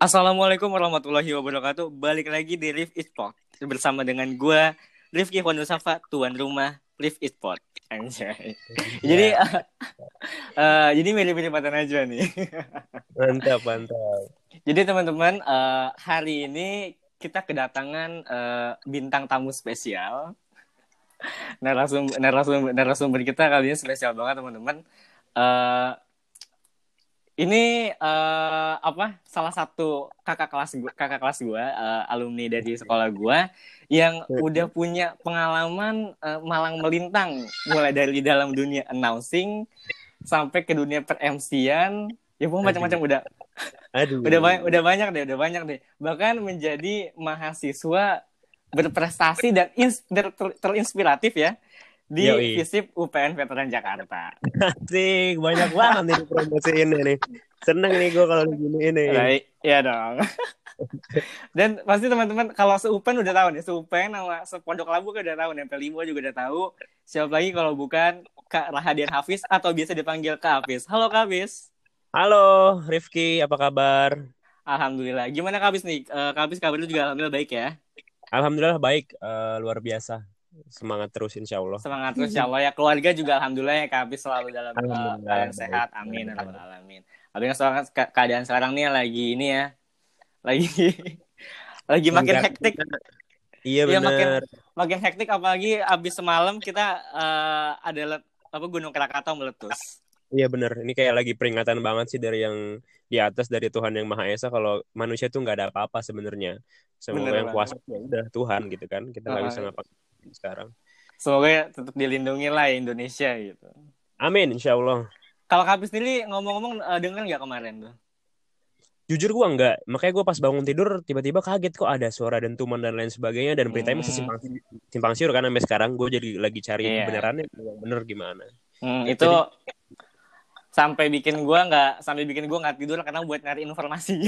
Assalamualaikum warahmatullahi wabarakatuh. Balik lagi di Live Sport bersama dengan gue Rifki Hondosafa, tuan rumah Live Sport. Anjay. Jadi Ya, jadi mirip-mirip Mata Najwa nih. mantap, mantap. Jadi teman-teman, hari ini kita kedatangan bintang tamu spesial. Narasumber kita kali ini spesial banget teman-teman. Eh, ini salah satu kakak kelas gue, alumni dari sekolah gue yang udah punya pengalaman malang melintang mulai dari dalam dunia announcing sampai ke dunia per MC-an, ya pokoknya Aduh, macam-macam udah aduh. banyak deh, bahkan menjadi mahasiswa berprestasi dan terinspiratif ya di Yoi. FISIP UPN Veteran Jakarta. Asik, banyak banget nih promosi ini nih. Seneng nih gue kalau gini ini. Baik, ya dong. Dan pasti teman-teman kalau seupen udah tahu nih, seupen sama sepondok labu kan udah tahu, nempel limo juga udah tahu. Siapa lagi kalau bukan Kak Rahadian Hafiz atau biasa dipanggil Kak Hafiz. Halo Kak Hafiz. Halo, Rifki, apa kabar? Alhamdulillah. Gimana Kak Hafiz nih? Kak Hafiz kabar lu juga alhamdulillah baik ya. Alhamdulillah baik, luar biasa. Semangat terus insya Allah. Semangat terus ya Allah ya. Keluarga juga alhamdulillah ya Kak Hafiz selalu dalam Alhamdulillah keadaan baik. sehat. Amin ya rabbal alamin. Tapi kan sekarang keadaan sekarang nih lagi ini ya, lagi lagi makin hektik. Puncaknya, iya Iya makin bener. makin hektik, apalagi abis semalam kita ada apa Gunung Krakatau meletus. Iya bener. Ini kayak lagi peringatan banget sih dari yang di atas, dari Tuhan yang Maha Esa, kalau manusia tuh nggak ada apa-apa sebenarnya. Semoga Bener yang kuasa banget. ya udah Tuhan gitu kan. Kita nggak bisa Uh, ngapa-ngapain sekarang. Semoga tetap dilindungi lah Indonesia gitu. Amin, insya Allah. Kalau Kapis sendiri ngomong-ngomong, denger nggak kemarin tuh? Jujur gue enggak, makanya gue pas bangun tidur tiba-tiba kaget kok ada suara dentuman dan lain sebagainya, dan beritanya masih Hmm, simpang siur kan sampai sekarang. Gue jadi lagi cari iya. kebenarannya yang bener gimana. Itu Jadi sampai bikin gua nggak tidur karena buat nyari informasi.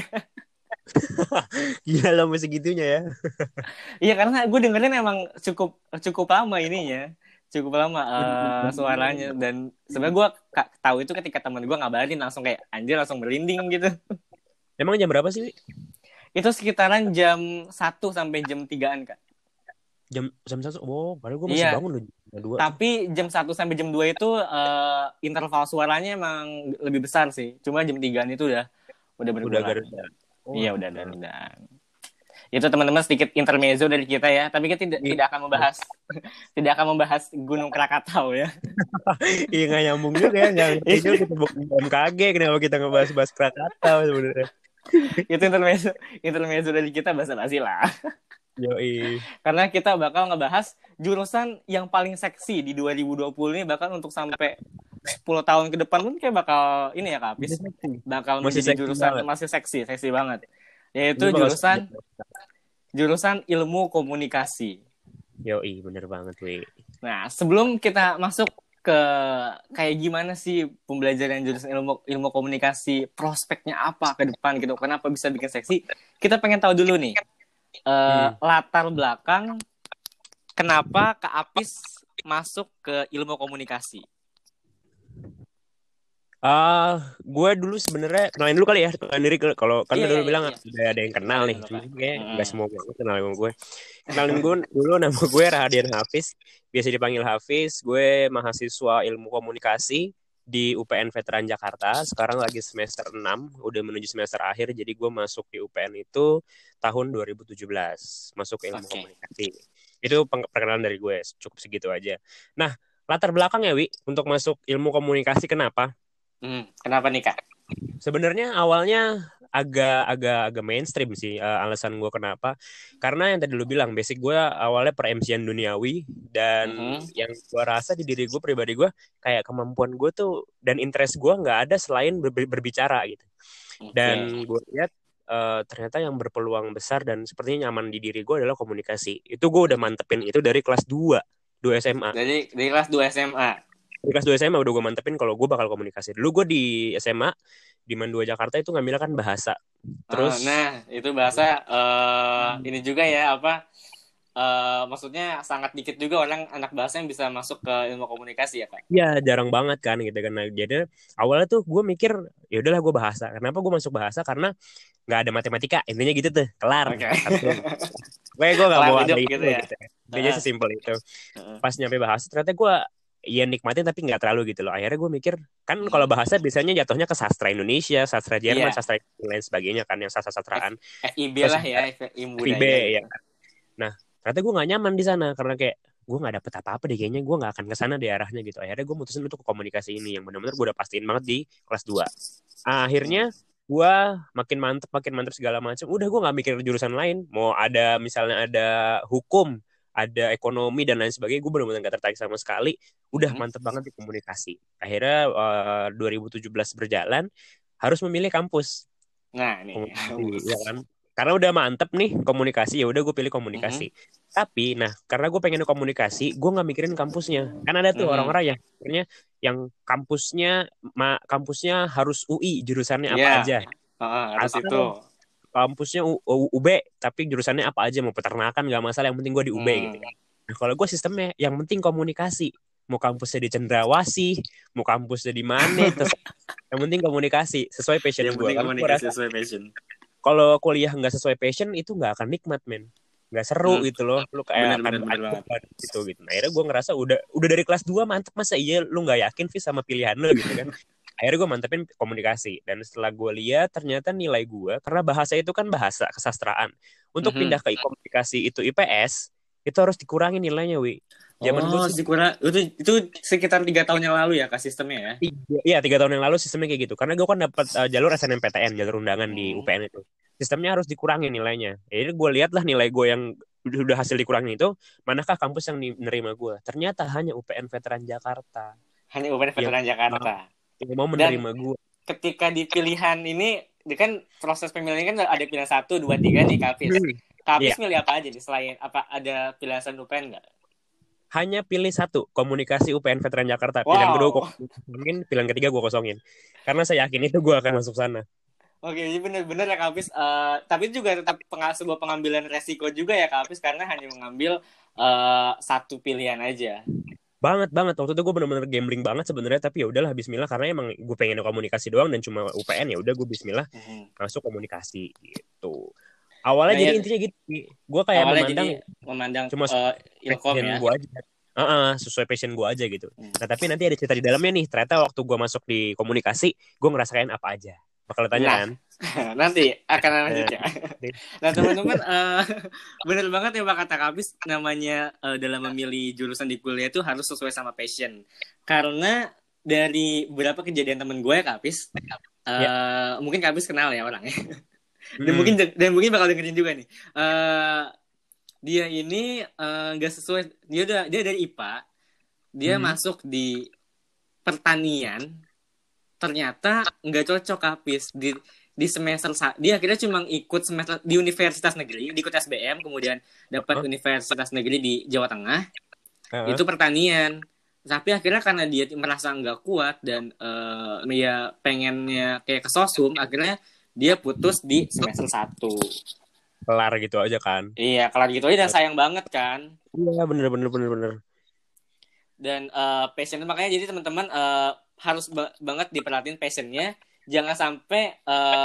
gila sampai segitunya ya. Iya karena gue dengerin emang cukup cukup lama ininya, cukup lama suaranya, dan sebenarnya gue tahu itu ketika teman gue ngabarin langsung kayak anjir, langsung merinding gitu. Emang jam berapa sih, Wi? Itu sekitaran jam 1 sampai jam 3-an Kak. Jam satu. Oh, padahal gue masih Iya, bangun loh jam 2. tapi jam 1 sampai jam 2 itu interval suaranya emang lebih besar sih. Cuma jam 3-an itu udah Udah berkurang. Garuda. Oh, Iya udah alah. udah. Itu teman-teman sedikit intermezzo dari kita ya. Tapi kita tidak Iya, tidak akan membahas tidak akan membahas Gunung Krakatau ya. iya nggak nyambung juga ya. Nggak ngerti juga, kita bukan BMKG, kenapa kita ngebahas-bahas Krakatau sebenarnya. Itu intermezzo dari kita, basa-basi lah. Yoi. Karena kita bakal ngebahas jurusan yang paling seksi di 2020 ini, bahkan untuk sampai 10 tahun ke depan pun kayak bakal ini ya Kak Masih Apis, seksi. bakal Masih menjadi seksi jurusan banget. masih seksi banget. Ini Yaitu bakal seksi. jurusan jurusan ilmu komunikasi. Yoi, bener banget, Wi. Nah, sebelum kita masuk ke kayak gimana sih pembelajaran jurusan ilmu ilmu komunikasi, prospeknya apa ke depan gitu, kenapa bisa bikin seksi, kita pengen tahu dulu nih Hmm. latar belakang kenapa Kak Apis masuk ke ilmu komunikasi. Gue dulu sebenarnya kenalin dulu kali ya, kenalin diri kalau kan Iya dulu iya iya bilang iya. udah ada yang kenal Kenalin nih, dulu cuma Kak. kayak nggak Mm-mm. semua gue kenal sama gue. Kenalin gue dulu, nama gue Rahadian Hafiz, biasa dipanggil Hafiz. Gue mahasiswa ilmu komunikasi di UPN Veteran Jakarta. Sekarang lagi semester 6, udah menuju semester akhir. Jadi gue masuk di UPN itu tahun 2017, masuk ke ilmu Oke. komunikasi. Itu perkenalan dari gue, cukup segitu aja. Nah, latar belakang ya, Wi, untuk masuk ilmu komunikasi kenapa? Kenapa nih Kak? Sebenarnya awalnya agak mainstream sih, alasan gue kenapa. Karena yang tadi lu bilang, basic gue awalnya per MC-an duniawi, dan Mhm. yang gue rasa di diri gue pribadi, gue kayak kemampuan gue tuh dan interest gue nggak ada selain berbicara gitu. Oke. Dan gue lihat ternyata yang berpeluang besar dan sepertinya nyaman di diri gue adalah komunikasi. Itu gue udah mantepin itu dari kelas 2 SMA. Dari kelas 2 SMA. Di kelas 2 SMA udah gue mantepin kalau gue bakal komunikasi. Dulu gue di SMA di Man 2 Jakarta itu ngambil kan bahasa. Nah, Terus itu bahasa ini juga ya apa? Maksudnya sangat dikit juga orang anak bahasa yang bisa masuk ke ilmu komunikasi ya Kak. ya jarang banget kan gitu kan. Nah, jadi awalnya tuh gue mikir ya udahlah gue bahasa. Kenapa gue masuk bahasa? Karena nggak ada matematika, intinya gitu tuh, kelar. Oke. Satu. Pokoknya gue nggak Kelar mau ada hidup itu gitu ya. gitu. Intinya Heeh. sesimpel itu. Heeh. Pas nyampe bahasa ternyata gue ya nikmatin tapi nggak terlalu gitu loh. Akhirnya gue mikir kan kalau Hmm. bahasa biasanya jatuhnya ke sastra Indonesia, sastra Jerman, Iya, sastra dan lain sebagainya kan yang F- sastra-sastraan. FIB Terus lah ya, FIB FIB budaya ya. gitu. Nah, ternyata gue nggak nyaman di sana karena kayak gue nggak dapet apa-apa deh, kayaknya gue nggak akan ke sana di arahnya gitu. Akhirnya gue mutusin untuk ke komunikasi ini yang benar-benar gue udah pastiin banget di kelas 2. Hmm. Akhirnya gue makin mantep segala macam. Udah gue nggak mikir jurusan lain. Mau ada misalnya ada hukum, ada ekonomi dan lain sebagainya, gue benar-benar gak tertarik sama sekali. Udah Hmm. mantep banget di komunikasi. Akhirnya 2017 berjalan, harus memilih kampus Nah, nih. komunikasi, ya kan? Karena udah mantep nih komunikasi, ya udah gue pilih Mhm. komunikasi. Tapi, nah karena gue pengen komunikasi, gue nggak mikirin kampusnya. Kan ada tuh Mhm. orang-orang yang akhirnya yang kampusnya harus UI, jurusannya Iya. apa aja. Heeh, harus itu. Atau kampusnya UB, tapi jurusannya apa aja, mau peternakan nggak masalah, yang penting gue di UB gitu Hmm. kan. Nah kalau gue sistemnya, yang penting komunikasi. Mau kampusnya di Cendrawasih, mau kampusnya di mana, terus yang penting komunikasi sesuai passion Yang gue. penting Karena gue komunikasi rasa sesuai passion. kalau kuliah nggak sesuai passion itu nggak akan nikmat, men. Nggak seru Hmm. gitu loh, lu kayak Bener akan bener bener ada banget. beban gitu. Nah, akhirnya gue ngerasa udah dari kelas 2 mantep, masa iya lu nggak yakin Fis sama pilihan lu gitu kan. Akhirnya gue mantepin komunikasi, dan setelah gue lihat ternyata nilai gue, karena bahasa itu kan bahasa kesastraan, untuk pindah Mhm. ke komunikasi itu IPS, itu harus dikurangi nilainya, Wi. Zaman gue Oh, tuh si Kura itu sekitar 3 tahun yang lalu ya kak sistemnya ya. Iya, 3 tahun yang lalu sistemnya kayak gitu. Karena gue kan dapat jalur SNMPTN, jalur undangan di Hmm. UPN itu. Sistemnya harus dikurangi nilainya. Jadi gue lihat lah nilai gue yang udah hasil dikurangin itu, manakah kampus yang menerima gue. Ternyata hanya UPN Veteran Jakarta Hanya UPN yang, Veteran Jakarta. yang mau Dan menerima gue. ketika di pilihan ini, kan proses pemilihan ini kan ada pilihan 1, 2, 3 nih Kapis. Iya, Kapis milih apa aja nih selain apa ada pilihan selain UPN nggak? hanya pilih satu, komunikasi UPN Veteran Jakarta. Pilihan kedua gue Wow. kosongin, pilihan ketiga gue kosongin. Karena saya yakin itu gue akan masuk sana. Oke, jadi bener-bener ya Kapis. Tapi juga tetap sebuah pengambilan resiko juga ya Kapis karena hanya mengambil satu pilihan aja. Banget banget, waktu itu gue bener-bener gambling banget sebenarnya, tapi ya udahlah Bismillah, karena emang gue pengen komunikasi doang dan cuma UPN, ya udah gue Bismillah Mhm. masuk komunikasi gitu. Awalnya Nah jadi ya intinya gitu, gue kayak awalnya jadi memandang memandang cuma Ilkom passion ya. gue aja. Sesuai passion gue aja gitu. Hmm. Nah tapi nanti ada cerita di dalamnya nih, ternyata waktu gue masuk di komunikasi gue ngerasain apa aja, bakal lo tanya Nah, kan. nanti akan lanjutnya. Nah, Nah teman-teman, bener banget ya Pak kata Kapis, namanya dalam memilih jurusan di kuliah itu harus sesuai sama passion. Karena dari beberapa kejadian temen gue Kapis, ya. mungkin Kapis kenal ya orangnya. Mm-mm. Dan mungkin bakal dengerin juga nih. Dia ini nggak sesuai. Dia dari IPA, dia Mm-mm. masuk di pertanian, ternyata nggak cocok Kapis di semester dia akhirnya cuma ikut semester di universitas negeri, ikut SBM, kemudian dapat Uh-uh. universitas negeri di Jawa Tengah, Uh-uh. itu pertanian. Tapi akhirnya karena dia merasa nggak kuat dan ya pengennya kayak ke sosum, akhirnya dia putus di semester 1. Kelar gitu aja kan. Iya, kalau gitu aja dan sayang banget kan. Iya, bener. Dan passion makanya jadi teman-teman harus banget diperhatiin passionnya, jangan sampai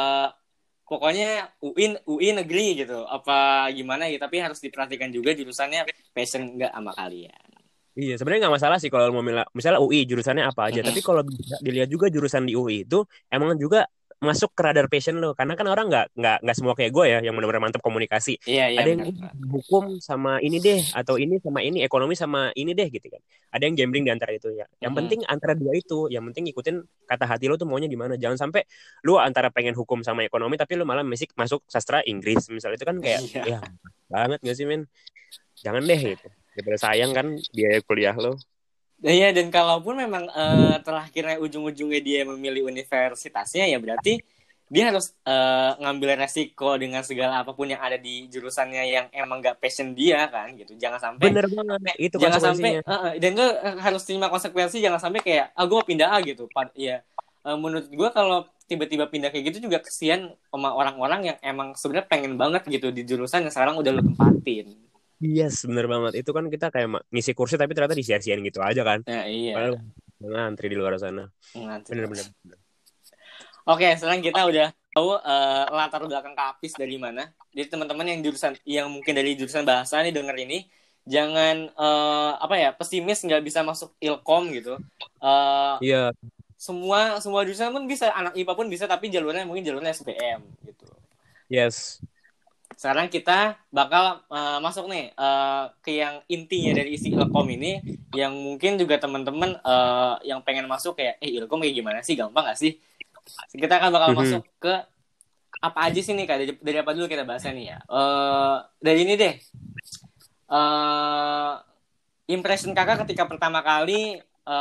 pokoknya UI negeri gitu apa gimana gitu, tapi harus diperhatikan juga jurusannya passion nggak sama kalian. Iya, sebenarnya nggak masalah sih kalau mau misalnya UI jurusannya apa aja. Mm-mm. Tapi kalau dilihat juga jurusan di UI itu emang juga masuk ke radar passion lo. Karena kan orang nggak semua kayak gue ya yang benar-benar mantap komunikasi. Iya Ada yang benar. hukum sama ini deh, atau ini sama ini, ekonomi sama ini deh gitu kan. Ada yang gambling di antara itu ya. Yang Mm-mm. penting antara dua itu, yang penting ikutin kata hati lo tuh maunya gimana. Jangan sampai lu antara pengen hukum sama ekonomi tapi lu malah masuk sastra Inggris misalnya, itu kan kayak Iya. ya banget gak sih, men? Jangan deh gitu. Daripada sayang kan biaya kuliah lo. Iya, dan kalaupun memang terakhirnya ujung-ujungnya dia memilih universitasnya, ya berarti dia harus ngambil resiko dengan segala apapun yang ada di jurusannya yang emang gak passion dia kan gitu. Jangan sampai Bener banget, itu jangan sampai konsekuensinya. dan itu harus terima konsekuensi, jangan sampai kayak gue mau pindah gitu. Ya menurut gue kalau tiba-tiba pindah kayak gitu juga kesian sama orang-orang yang emang sebenarnya pengen banget gitu di jurusan yang sekarang udah lo tempatin. Yes, bener banget. Itu kan kita kayak ngisi kursi tapi ternyata disia-siain gitu aja kan. Nah Padahal iya, ngantri di luar sana. ngantri. Bener-bener. Oke, sekarang kita udah tahu latar belakang Kapis dari mana. Jadi teman-teman yang mungkin dari jurusan bahasa nih denger ini, jangan pesimis nggak bisa masuk Ilkom gitu. Iya. Semua jurusan pun bisa, anak IPA pun bisa, tapi jalurnya mungkin jalurnya SBM gitu. Yes. Sekarang kita bakal masuk nih ke yang intinya dari isi Ilkom ini, yang mungkin juga teman-teman yang pengen masuk kayak Ilkom kayak gimana sih, gampang nggak sih? Kita akan bakal masuk ke apa aja sih nih Kak, dari apa dulu kita bahasnya nih ya. Dari ini deh, impression Kakak ketika pertama kali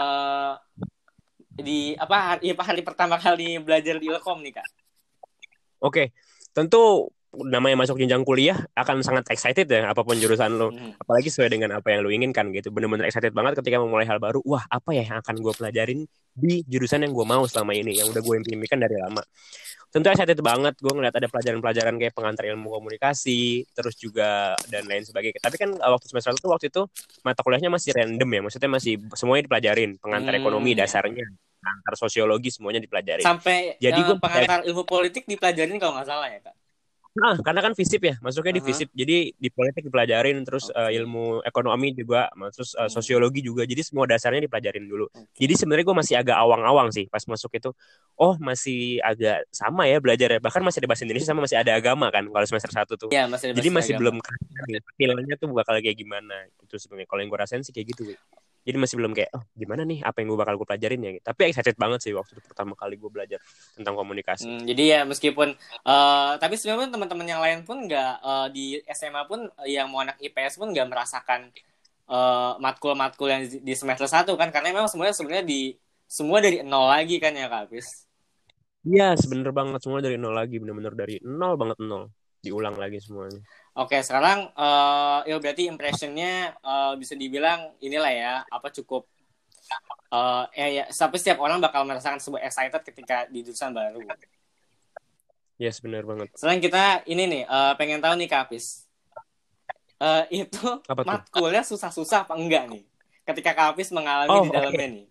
hari pertama kali belajar di Ilkom nih Kak. Oke, tentu namanya masuk jenjang kuliah akan sangat excited ya apapun jurusan lo, apalagi sesuai dengan apa yang lo inginkan gitu. Bener-bener excited banget ketika memulai hal baru. Wah, apa ya yang akan gue pelajarin di jurusan yang gue mau selama ini, yang udah gue impikan dari lama. Tentu excited banget gue ngeliat ada pelajaran-pelajaran kayak pengantar ilmu komunikasi, terus juga dan lain sebagainya. Tapi kan waktu itu mata kuliahnya masih random ya, maksudnya masih semuanya dipelajarin, pengantar ekonomi dasarnya, pengantar sosiologi semuanya dipelajarin. Sampai jadi pengantar ilmu politik dipelajarin kalau nggak salah ya Kak. Nah, karena kan FISIP ya, masuknya di FISIP. Jadi di politik dipelajarin, terus ilmu ekonomi juga, terus sosiologi juga. Jadi semua dasarnya dipelajarin dulu. Jadi sebenarnya gue masih agak awang-awang sih pas masuk itu. Oh, masih agak sama ya belajarnya. Bahkan masih ada bahasa Indonesia sama masih ada agama kan kalau semester 1 tuh. Ya, masih ada jadi masih agama. Belum feelnya tuh bakal kayak gimana. Itu sebenarnya kalau yang gue rasain sih kayak gitu. Jadi masih belum kayak, oh gimana nih apa yang gue bakal pelajarin ya. Tapi excited banget sih waktu itu pertama kali gue belajar tentang komunikasi. Jadi ya meskipun, tapi sebenarnya teman-teman yang lain pun nggak, di SMA pun yang mau anak IPS pun nggak merasakan matkul-matkul yang di semester 1 kan. Karena memang sebenarnya semua dari nol lagi kan ya Kak Apis. Iya, bener banget. Semua dari nol lagi. Bener-bener dari nol banget, nol. Diulang lagi semuanya. Oke, sekarang berarti impressionnya bisa dibilang inilah ya, cukup sampai setiap orang bakal merasakan sebuah excited ketika di jurusan baru. Yes, benar banget. Sekarang kita ini nih pengen tahu nih Kak Apis, itu matkulnya susah-susah apa enggak nih ketika Kak Apis mengalami di dalamnya nih?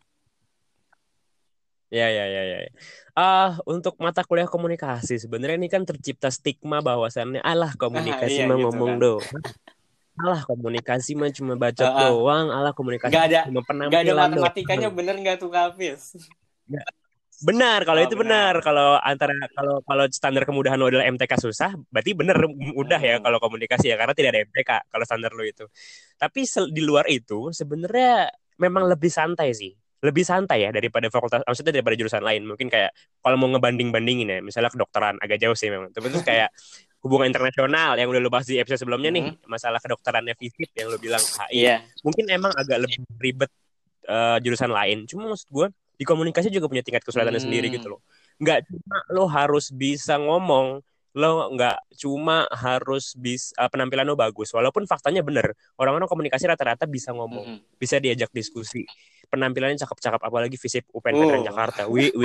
Ya. Untuk mata kuliah komunikasi sebenarnya ini kan tercipta stigma bahwasannya alah komunikasi mah gitu ngomong kan. Doang. Alah komunikasi mah cuma bacot doang, alah komunikasi cuma penampilan doang. Gak ada matematikanya doang. Bener nggak tuh Kak Apis? Benar, kalau itu benar. Kalau standar kemudahan lo adalah MTK susah, berarti benar mudah ya kalau komunikasi ya, karena tidak ada MTK kalau standar lo itu. Tapi di luar itu sebenarnya memang lebih santai sih. Lebih santai ya daripada fakultas, maksudnya daripada jurusan lain. Mungkin kayak kalau mau ngebanding-bandingin ya, misalnya kedokteran agak jauh sih memang. Terus kayak hubungan internasional yang udah lo bahas di episode sebelumnya nih, masalah kedokterannya FISIP yang lo bilang HI. Mungkin emang agak lebih ribet jurusan lain. Cuma maksud gue di komunikasi juga punya tingkat kesulitannya sendiri gitu loh. Nggak cuma lo harus bisa ngomong, lo nggak cuma harus bisa penampilan lo bagus. Walaupun faktanya bener, orang-orang komunikasi rata-rata bisa ngomong, bisa diajak diskusi. Penampilannya cakep-cakep, apalagi FISIP UPN Veteran Jakarta.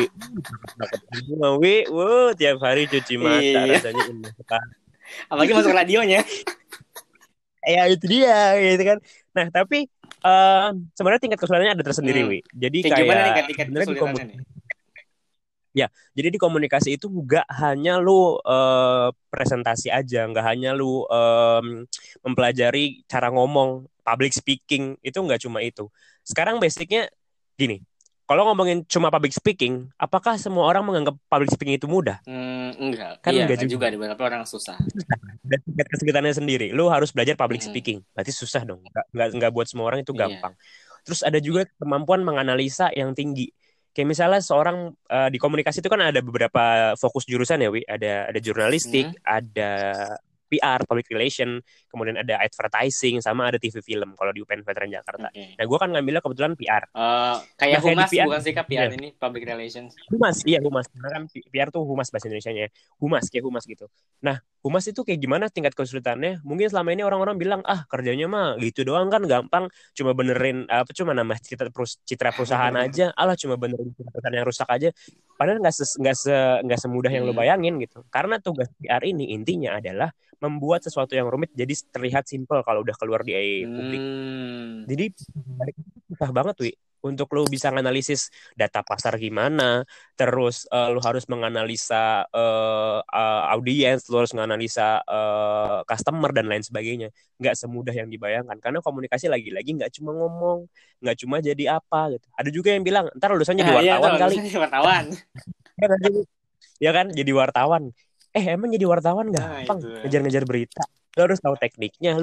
Tiap hari cuci mata rasanya indah sekali. Apalagi masuk radionya. Ya itu dia gitu kan. Nah tapi sebenarnya tingkat kesulitannya ada tersendiri, Wi. Jadi kayak tingkat kesulitannya nih? Ya, jadi di komunikasi itu nggak hanya lu presentasi aja, nggak hanya lu mempelajari cara ngomong, public speaking, itu nggak cuma itu. Sekarang basicnya gini, kalau ngomongin cuma public speaking, apakah semua orang menganggap public speaking itu mudah? Enggak. Kan enggak juga. Ada beberapa orang susah. Dan tingkat kesulitannya sendiri. Lu harus belajar public speaking. Berarti susah dong. Enggak buat semua orang itu gampang. Terus ada juga kemampuan menganalisa yang tinggi. Kayak misalnya seorang di komunikasi itu kan ada beberapa fokus jurusan ya, Wi. Ada jurnalistik, ada PR, public relation, kemudian ada advertising, sama ada TV film kalau di UPN Veteran Jakarta. Nah, gue kan ngambilnya kebetulan PR. Kayak humas PR, bukan sih Kak PR ini, public relations? Humas, iya humas. Karena kan PR tuh humas bahasa Indonesianya. Humas, kayak humas gitu. Nah, humas itu kayak gimana tingkat kesulitannya? Mungkin selama ini orang-orang bilang, kerjanya mah gitu doang kan, gampang. Cuma benerin, cuma nambah citra perusahaan aja. Cuma benerin perusahaan yang rusak aja. Padahal nggak semudah yang lo bayangin gitu. Karena tugas PR ini intinya adalah membuat sesuatu yang rumit jadi terlihat simpel kalau udah keluar di publik. Jadi susah banget, Wi. untuk lu bisa menganalisis data pasar gimana, terus lu harus menganalisa audiens, lu harus menganalisa customer dan lain sebagainya. Nggak semudah yang dibayangkan, karena komunikasi lagi-lagi nggak cuma ngomong, nggak cuma jadi apa gitu. Ada juga yang bilang, ntar lulusan jadi Iya wartawan tuh, kali. jadi wartawan. Ya kan, ya kan, jadi wartawan. Emang jadi wartawan Nah, gampang? itu. Ngejar-ngejar berita. Lu harus tahu tekniknya,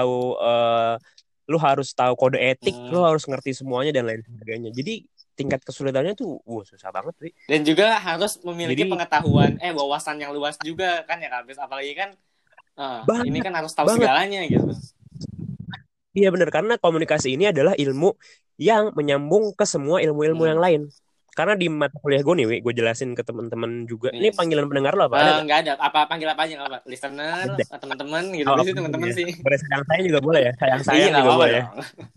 lu harus tahu kode etik, lu harus ngerti semuanya dan lain sebagainya. Jadi tingkat kesulitannya tuh susah banget, Wi. Dan juga harus memiliki Jadi pengetahuan, wawasan yang luas juga kan ya Kak Bis. Apalagi kan ini banget kan harus tahu banget. segalanya gitu. Iya benar, karena komunikasi ini adalah ilmu yang menyambung ke semua ilmu-ilmu yang lain. Karena di mata kuliah gue nih, Wi, gue jelasin ke teman-teman juga. Ini Yes. panggilan pendengar lo apa? Ada nggak? Nggak ada. Apa panggil apa aja nggak apa? Listener, Ada. teman-teman gitu. Oh, Biasanya teman-teman ya. sih. Boleh sayang sayang juga boleh ya. Sayang Iya sayang nggak juga apa-apa boleh ya. dong.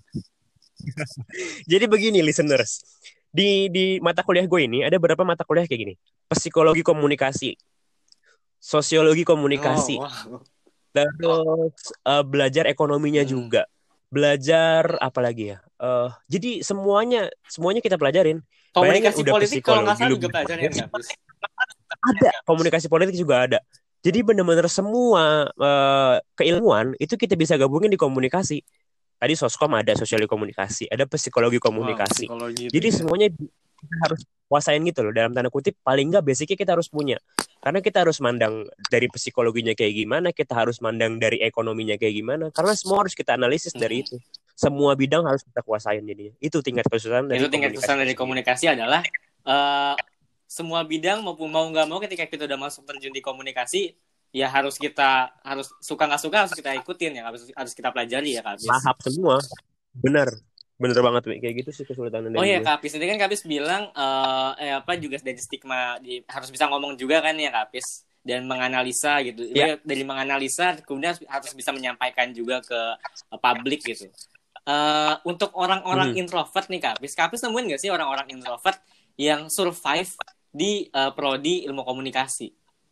Jadi begini listeners, di mata kuliah gue ini ada beberapa mata kuliah kayak gini: psikologi komunikasi, sosiologi komunikasi, Wow. terus belajar ekonominya juga, belajar apa lagi ya? Jadi semuanya kita pelajarin. Bayangin Komunikasi udah politik kalau nggak psikologi, salah lu juga pelajaran nggak Bis? ada komunikasi politik juga ada. Jadi benar-benar semua keilmuan itu kita bisa gabungin di komunikasi. Tadi soskom ada, sosiologi komunikasi, ada psikologi Wow, komunikasi. psikologi itu Jadi ya. semuanya kita harus kuasain gitu loh, dalam tanda kutip. Paling nggak basicnya kita harus punya. Karena kita harus mandang dari psikologinya kayak gimana, kita harus mandang dari ekonominya kayak gimana. Karena semua harus kita analisis dari itu. Semua bidang harus kita kuasain jadinya. Itu tingkat kesusahan dari Itu tingkat komunikasi kesusahan dari sendiri. komunikasi adalah semua bidang maupun mau nggak mau ketika kita udah masuk terjun di komunikasi, ya harus suka nggak suka harus kita ikutin ya, harus kita pelajari ya Kak Bis. Lahap semua. Bener banget, Wi. Kayak gitu sih kesulitan dari iya gue. Kak Bis, tadi kan Kak Bis bilang juga dari stigma harus bisa ngomong juga kan ya Kak Bis, dan menganalisa gitu. Ya. Dari menganalisa kemudian harus bisa menyampaikan juga ke publik gitu. Untuk orang-orang introvert nih Kak Bis nemuin nggak sih orang-orang introvert yang survive di prodi ilmu komunikasi?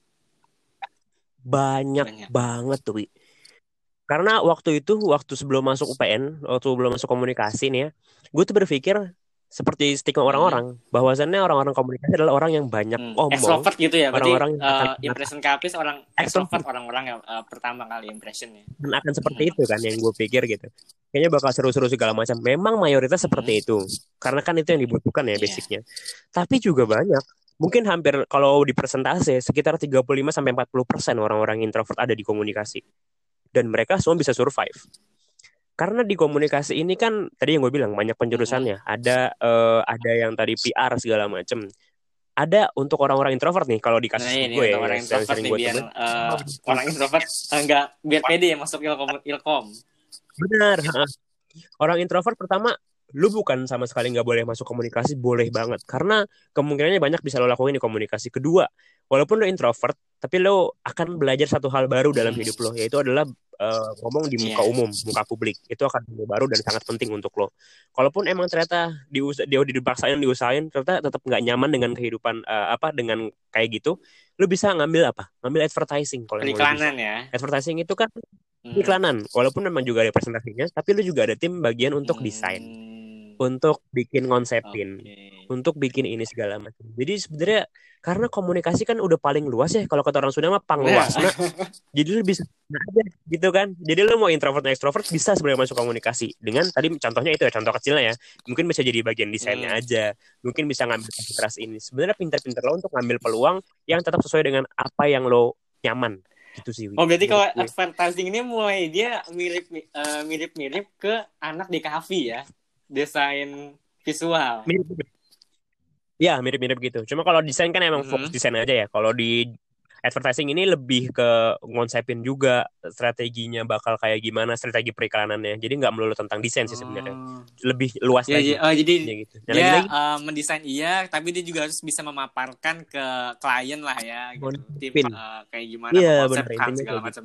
Banyak banget tuh, Wi. Karena waktu sebelum masuk UPN, waktu belum masuk komunikasi nih ya, gue tuh berpikir seperti stigma orang-orang, bahwasannya orang-orang komunikasi adalah orang yang banyak omong. Extrovert gitu ya, berarti orang-orang yang impression Kapis orang extrovert, orang-orang yang pertama kali impressionnya. Dan akan seperti itu kan yang gue pikir gitu. Kayaknya bakal seru-seru segala macam. Memang mayoritas seperti itu. Karena kan itu yang dibutuhkan ya basicnya. Tapi juga banyak. Mungkin hampir kalau di persentase sekitar 35-40% orang-orang introvert ada di komunikasi. Dan mereka semua bisa survive. Karena di komunikasi ini kan tadi yang gue bilang banyak penjurusannya. Ada yang tadi PR segala macam. Ada untuk orang-orang introvert nih kalau di kasus gue ya, orang introvert nih biar orang introvert enggak biar pede ya masuk ilkom. Benar. Orang introvert pertama, lu bukan sama sekali nggak boleh masuk komunikasi, boleh banget. Karena kemungkinannya banyak bisa lo lakuin di komunikasi. Kedua, walaupun lo introvert, tapi lo akan belajar satu hal baru dalam hidup lo, yaitu adalah ngomong di muka umum, muka publik. Itu akan hal baru dan sangat penting untuk lo. Kalaupun emang ternyata diusahain, ternyata tetap nggak nyaman dengan kehidupan dengan kayak gitu, lo bisa ngambil advertising kalau yang periklanan ya. Advertising itu kan iklanan, walaupun memang juga ada presentasinya, tapi lu juga ada tim bagian untuk desain, untuk bikin konsepin, untuk bikin ini segala macam. Jadi sebenarnya karena komunikasi kan udah paling luas ya, kalau kata orang Sunda mah pangluasna. Jadi lu bisa aja gitu kan. Jadi lu mau introvert atau extrovert bisa sebenarnya masuk komunikasi. Dengan tadi contohnya itu ya, contoh kecilnya ya. Mungkin bisa jadi bagian desainnya aja. Mungkin bisa ngambil komunitas ini. Sebenarnya pintar-pintar lo untuk ngambil peluang yang tetap sesuai dengan apa yang lo nyaman. Gitu sih. Berarti kalau advertising ini mulai dia mirip-mirip ke anak di kafe ya, desain visual. Ya mirip-mirip gitu. Cuma kalau desain kan emang fokus desain aja ya. Kalau di advertising ini lebih ke ngonsepin juga strateginya bakal kayak gimana, strategi periklanannya. Jadi nggak melulu tentang desain sih sebenarnya. Lebih luas lagi. Jadi ya gitu. dia mendesain tapi dia juga harus bisa memaparkan ke klien lah ya. Gitu. Tim kayak gimana mengkonsepkan segala macam.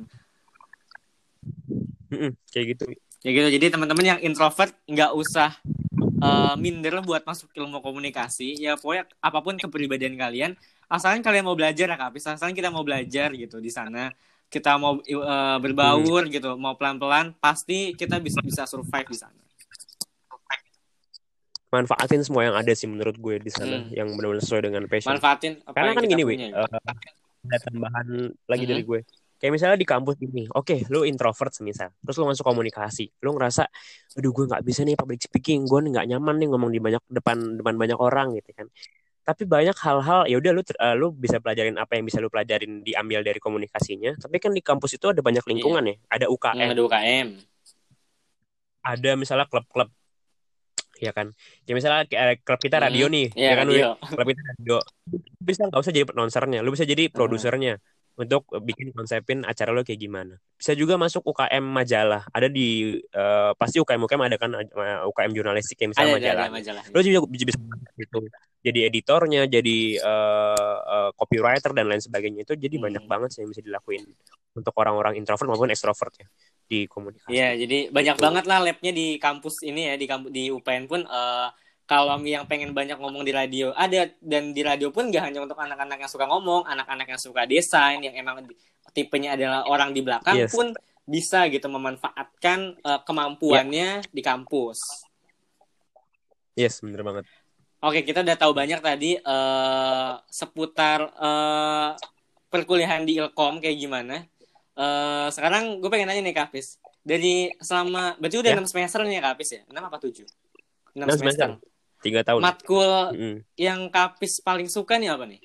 Kayak gitu. Ya gitu. Jadi teman-teman yang introvert nggak usah minder buat masuk ilmu komunikasi. Ya pokoknya apapun kepribadian kalian, asalkan kalian mau belajar ya Kak. Asalkan kita mau belajar gitu di sana, kita mau berbaur gitu, mau pelan-pelan, pasti kita bisa survive di sana. manfaatin semua yang ada sih menurut gue di sana, Hmm. yang benar-benar sesuai dengan passion. Manfaatin apa Karena yang kan kita gini, Wi, punya gitu. ada tambahan lagi dari Mhm. gue. Kayak misalnya di kampus ini, oke, lu introvert semisal, terus lu masuk komunikasi, lu ngerasa, aduh gue nggak bisa nih public speaking, gue nggak nyaman nih ngomong di banyak depan depan banyak orang gitu kan. Tapi banyak hal-hal, ya udah lu bisa pelajarin apa yang bisa lu pelajarin diambil dari komunikasinya. Tapi kan di kampus itu ada banyak Iya. lingkungan ya, ada UKM, Ada UKM. ada misalnya klub-klub, ya kan. Ya misalnya klub kita radio Mhm. nih, Iya, ya kan, Wi? radio. Klub kita radio. Lu bisa nggak usah jadi announcernya, lu bisa jadi Heeh. produsernya untuk bikin konsepin acara lo kayak gimana. Bisa juga masuk UKM majalah. Ada di pasti UKM UKM ada kan, UKM jurnalistik yang misalnya Ada majalahnya. Lo majalahnya. juga bisa masuk itu. Jadi editornya, jadi copywriter dan lain sebagainya, itu jadi banyak Hmm. banget sih yang bisa dilakuin untuk orang-orang introvert maupun ekstrovert ya di Iya, komunikasi. jadi banyak Itu. banget lah labnya di kampus ini ya, di UPN pun kalau yang pengen banyak ngomong di radio ada, dan di radio pun gak hanya untuk anak-anak yang suka ngomong, anak-anak yang suka desain, yang emang tipenya adalah orang di belakang Yes. pun bisa gitu memanfaatkan Ya, kemampuannya di kampus. yes, bener banget. Oke, kita udah tahu banyak tadi seputar perkuliahan di Ilkom kayak gimana. Sekarang gue pengen nanya nih Kak Hafiz. Dari selama, berarti udah Ya, 6 semester nih ya Kak Hafiz ya? 6 apa 7? 6 nah semester semester. 3 tahun. Matkul Mm-mm. yang Kak Hafiz paling suka nih apa nih?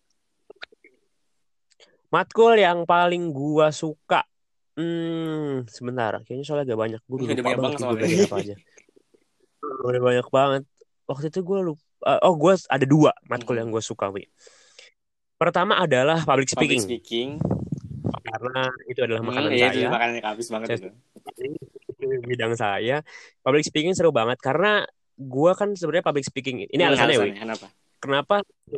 Matkul yang paling gua suka. Sebentar. Kayaknya soalnya agak banyak. Gue Udah lupa banyak banget banget nih gue soalnya. belajar apa aja. Udah banyak banget. Waktu itu gue lupa. Oh, gue ada 2 matkul yang gue suka, Wi. Pertama adalah public Public speaking. speaking. Karena itu adalah makanan Iya itu saya. makanannya Kak Hafiz banget Saya itu. itu bidang saya. Public speaking seru banget. Karena gue kan sebenarnya public speaking. Ini alasannya, Wi. Alasannya kenapa? Kenapa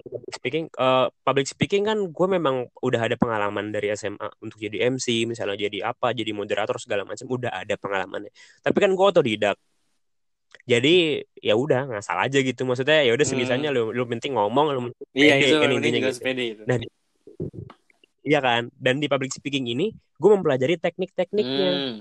public speaking kan gue memang udah ada pengalaman dari SMA untuk jadi MC, misalnya jadi apa, jadi moderator segala macam, udah ada pengalamannya. Tapi kan gue otodidak, jadi ya udah ngasal aja gitu, maksudnya ya udah sebisanya, Hmm, lu penting ngomong, lu penting iya pede itu kan penting intinya juga gitu. sepede itu. Dan iya kan, dan di public speaking ini gue mempelajari teknik-tekniknya. Hmm,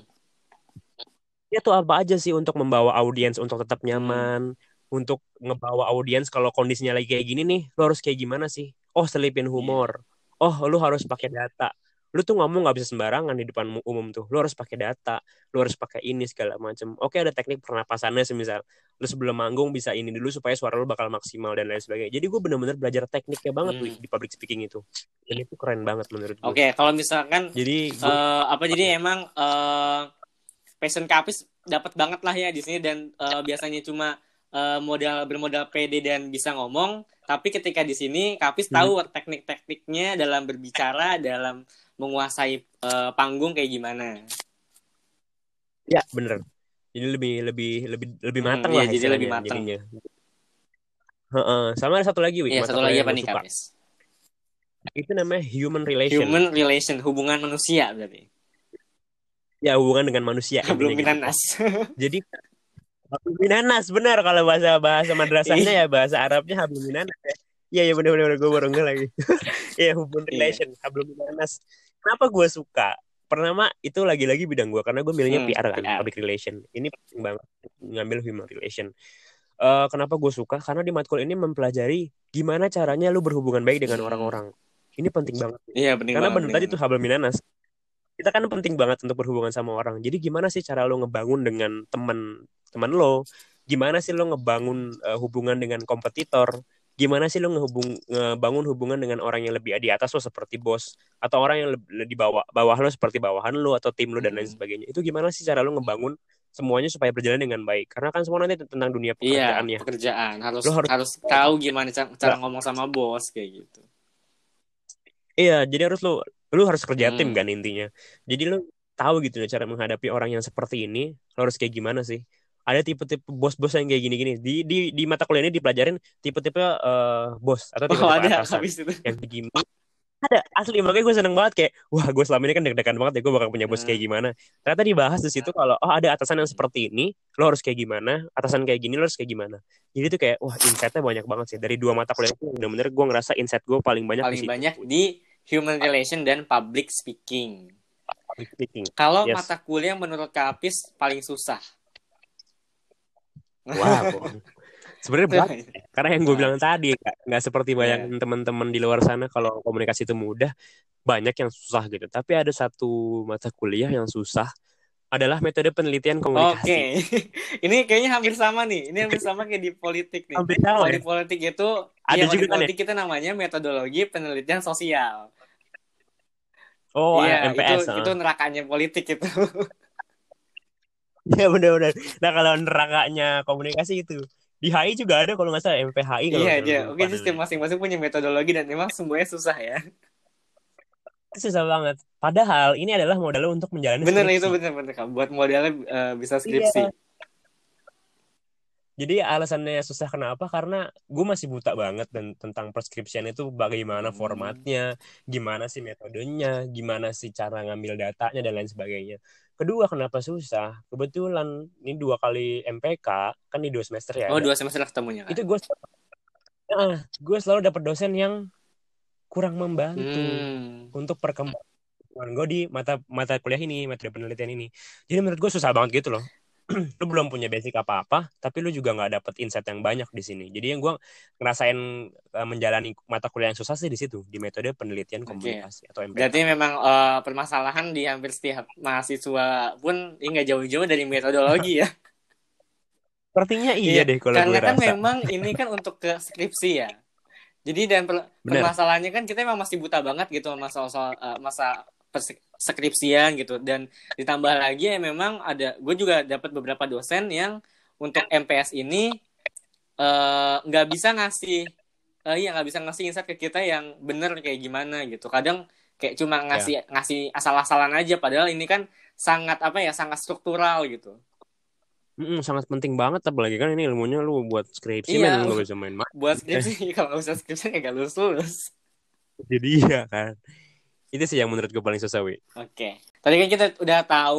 Dia tuh apa aja sih untuk membawa audiens untuk tetap hmm, nyaman, untuk ngebawa audiens kalau kondisinya lagi kayak gini nih, lo harus kayak gimana sih? Oh, selipin iya. humor. Oh, lu harus pakai data. Lu tuh ngomong nggak bisa sembarangan di depan umum tuh. Lu harus pakai data, lu harus pakai ini segala macam. Oke, ada teknik pernapasannya semisal. Lu sebelum manggung bisa ini dulu supaya suara lu bakal maksimal dan lain sebagainya. Jadi gue bener-bener belajar tekniknya banget tuh Hmm. di public speaking itu. Dan itu keren banget menurut gue. Oke, kalau misalkan Jadi gue jadi emang passion Kapis dapat banget lah ya di sini, dan biasanya cuma bermodal PD dan bisa ngomong, tapi ketika di sini Kapis tahu teknik-tekniknya dalam berbicara, dalam menguasai panggung kayak gimana. ya bener. Jadi lebih lebih lebih lebih matang Iya, lah jadi lebih istilahnya mateng. jadinya. Heeh. Sama ada satu lagi, Wik, Iya, mata satu lagi kuliah yang apa gue nih suka. Kapis? Itu namanya human relation. Human relation, hubungan manusia berarti. Ya, hubungan dengan manusia Belum intinya gitu. minanas. Jadi hablum minanas, benar kalau bahasa bahasa madrasahnya Iya. ya, bahasa Arabnya hablum minanas ya. Iya, iya, benar-benar gue baru nggak lagi. Ya, human Iya. relation, hablum minanas. Kenapa gue suka? Pertama itu lagi-lagi bidang gue karena gue milihnya PR kan, PR. public relation. Ini penting banget ngambil human relation. Kenapa gue suka? Karena di matkul ini mempelajari gimana caranya lu berhubungan baik dengan orang-orang. Ini penting banget. Iya, penting Karena banget, benar penting tadi tuh banget. hablum minanas. Kita kan penting banget untuk berhubungan sama orang. Jadi gimana sih cara lo ngebangun dengan teman lo? Gimana sih lo ngebangun hubungan dengan kompetitor? Gimana sih lo ngebangun hubungan dengan orang yang lebih di atas lo seperti bos, atau orang yang lebih di bawah lo seperti bawahan lo atau tim lo dan lain sebagainya. Itu gimana sih cara lo ngebangun semuanya supaya berjalan dengan baik? Karena kan semua nanti tentang dunia Iya, pekerjaan ya. pekerjaan harus Lo harus harus tahu gimana cara ngomong sama bos kayak gitu. Iya, jadi lu harus kerja tim Hmm. kan intinya. Jadi lu tahu gitu ya cara menghadapi orang yang seperti ini, lu harus kayak gimana sih? Ada tipe-tipe bos-bos yang kayak gini-gini. Di mata kuliah ini dipelajarin tipe-tipe bos atau Oh, tipe-tipe ada atasan habis itu. yang gimana. Ada asli, makanya gue seneng banget kayak wah, gue selama ini kan deg-degan banget ya gue bakal punya bos kayak Hmm. gimana. Ternyata dibahas di situ kalau oh ada atasan yang seperti ini, lo harus kayak gimana, atasan kayak gini lo harus kayak gimana. Jadi tuh kayak wah, insight-nya banyak banget sih dari 2 mata kuliah itu. Bener-bener gue ngerasa insight gue paling banyak di Paling situ. banyak di human relation dan public speaking. Public speaking. Kalau Yes. mata kuliah menurut Kak Apis paling susah. Wow. Sebenarnya banyak. Karena yang gue Nah, bilang tadi, nggak seperti iya. bayangan teman-teman di luar sana kalau komunikasi itu mudah, banyak yang susah gitu. Tapi ada satu mata kuliah yang susah adalah metode penelitian Oke, komunikasi. ini kayaknya hampir sama nih. Ini hampir sama kayak di politik nih. Hampir sama Kalau ya. di politik itu, iya Ada kalau juga di kan ya. politik kita namanya metodologi penelitian sosial. Oh, Iya, itu MPS. itu nerakanya politik itu. Ya benar-benar. Nah kalau nerakanya komunikasi itu di HI juga ada kalau nggak salah MPHI kalau Iya nggak salah dia. gue Oke, lupa jadi setiap namanya. masing-masing punya metodologi dan memang semuanya susah ya. Susah banget. Padahal ini adalah modal untuk menjalani Bener itu skripsi. bener-bener Kak. Buat modelnya bisa skripsi. Iya. Jadi alasannya susah kenapa? Karena gue masih buta banget dan tentang prescription itu bagaimana Hmm, formatnya, gimana sih metodenya, gimana sih cara ngambil datanya dan lain sebagainya. Kedua, kenapa susah? Kebetulan ini 2 kali MPK kan di 2 semester ya Oh, ada. 2 semester ketemunya kan? Itu gue selalu dapat dosen yang kurang membantu Hmm. untuk perkembangan gue di mata mata kuliah ini, metode penelitian ini. Jadi menurut gue susah banget gitu loh. Lu belum punya basic apa-apa, tapi lu juga nggak dapet insight yang banyak di sini. Jadi yang gue ngerasain menjalani mata kuliah yang susah sih di situ, di metode penelitian Oke. komunikasi atau MPK. Berarti memang permasalahan di hampir setiap mahasiswa pun ini nggak jauh-jauh dari metodologi ya. Sepertinya iya Iya, deh kalau karena gue kan rasa. memang ini kan untuk ke skripsi ya. Jadi dan Bener. permasalahannya kan kita memang masih buta banget gitu soal masa skripsian gitu dan ditambah lagi ya memang ada gue juga dapat beberapa dosen yang untuk MPS ini nggak bisa ngasih iya nggak bisa ngasih insight ke kita yang bener kayak gimana gitu. Kadang kayak cuma Ya. ngasih ngasih asal-asalan aja padahal ini kan sangat apa ya sangat struktural gitu. Sangat penting banget apalagi kan ini ilmunya lu buat skripsi Iya, men nggak bisa main-main. buat skripsi kalau nggak bisa skripsi ya nggak lulus lulus. Jadi iya kan. Itu sih yang menurut gue paling susah, Wi. Oke, tadi kan kita udah tahu